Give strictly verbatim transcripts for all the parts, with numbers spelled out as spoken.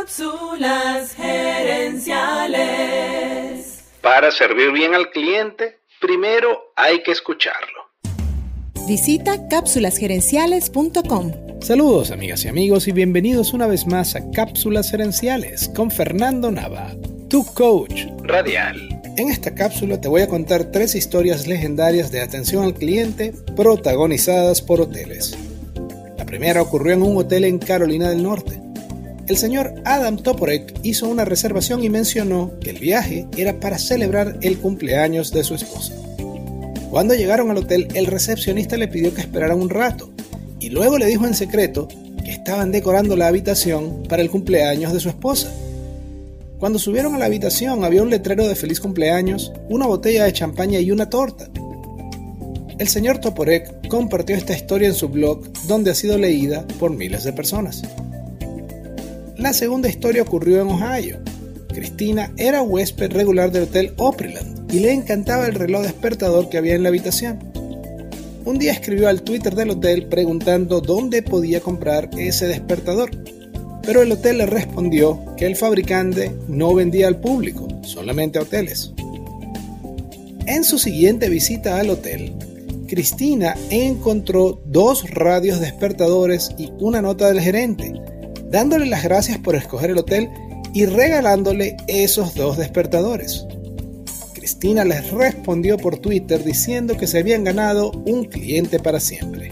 Cápsulas gerenciales. Para servir bien al cliente, primero hay que escucharlo. Visita cápsulas gerenciales punto com. Saludos amigas y amigos y bienvenidos una vez más a Cápsulas Gerenciales con Fernando Nava, tu coach radial. En esta cápsula te voy a contar tres historias legendarias de atención al cliente protagonizadas por hoteles. La primera ocurrió en un hotel en Carolina del Norte. El señor Adam Toporek hizo una reservación y mencionó que el viaje era para celebrar el cumpleaños de su esposa. Cuando llegaron al hotel, el recepcionista le pidió que esperaran un rato y luego le dijo en secreto que estaban decorando la habitación para el cumpleaños de su esposa. Cuando subieron a la habitación había un letrero de feliz cumpleaños, una botella de champaña y una torta. El señor Toporek compartió esta historia en su blog, donde ha sido leída por miles de personas. La segunda historia ocurrió en Ohio. Cristina era huésped regular del hotel Opryland y le encantaba el reloj despertador que había en la habitación. Un día escribió al Twitter del hotel preguntando dónde podía comprar ese despertador, pero el hotel le respondió que el fabricante no vendía al público, solamente a hoteles. En su siguiente visita al hotel, Cristina encontró dos radios despertadores y una nota del gerente, dándole las gracias por escoger el hotel y regalándole esos dos despertadores. Cristina les respondió por Twitter diciendo que se habían ganado un cliente para siempre.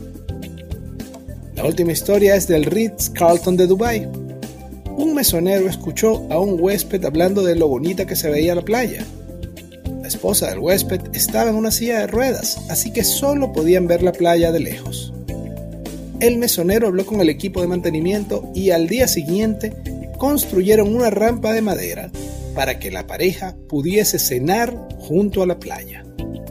La última historia es del Ritz-Carlton de Dubái. Un mesonero escuchó a un huésped hablando de lo bonita que se veía la playa. La esposa del huésped estaba en una silla de ruedas, así que solo podían ver la playa de lejos. El mesonero habló con el equipo de mantenimiento y al día siguiente construyeron una rampa de madera para que la pareja pudiese cenar junto a la playa.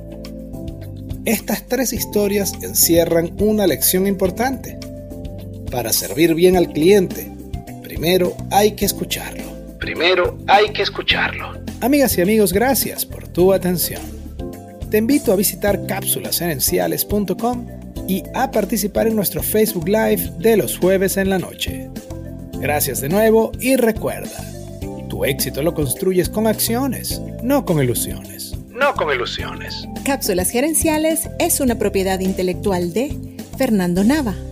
Estas tres historias encierran una lección importante. Para servir bien al cliente, primero hay que escucharlo. Primero hay que escucharlo. Amigas y amigos, gracias por tu atención. Te invito a visitar cápsulas gerenciales punto com y a participar en nuestro Facebook Live de los jueves en la noche. Gracias de nuevo y recuerda, tu éxito lo construyes con acciones, no con ilusiones. No con ilusiones. Cápsulas Gerenciales es una propiedad intelectual de Fernando Nava.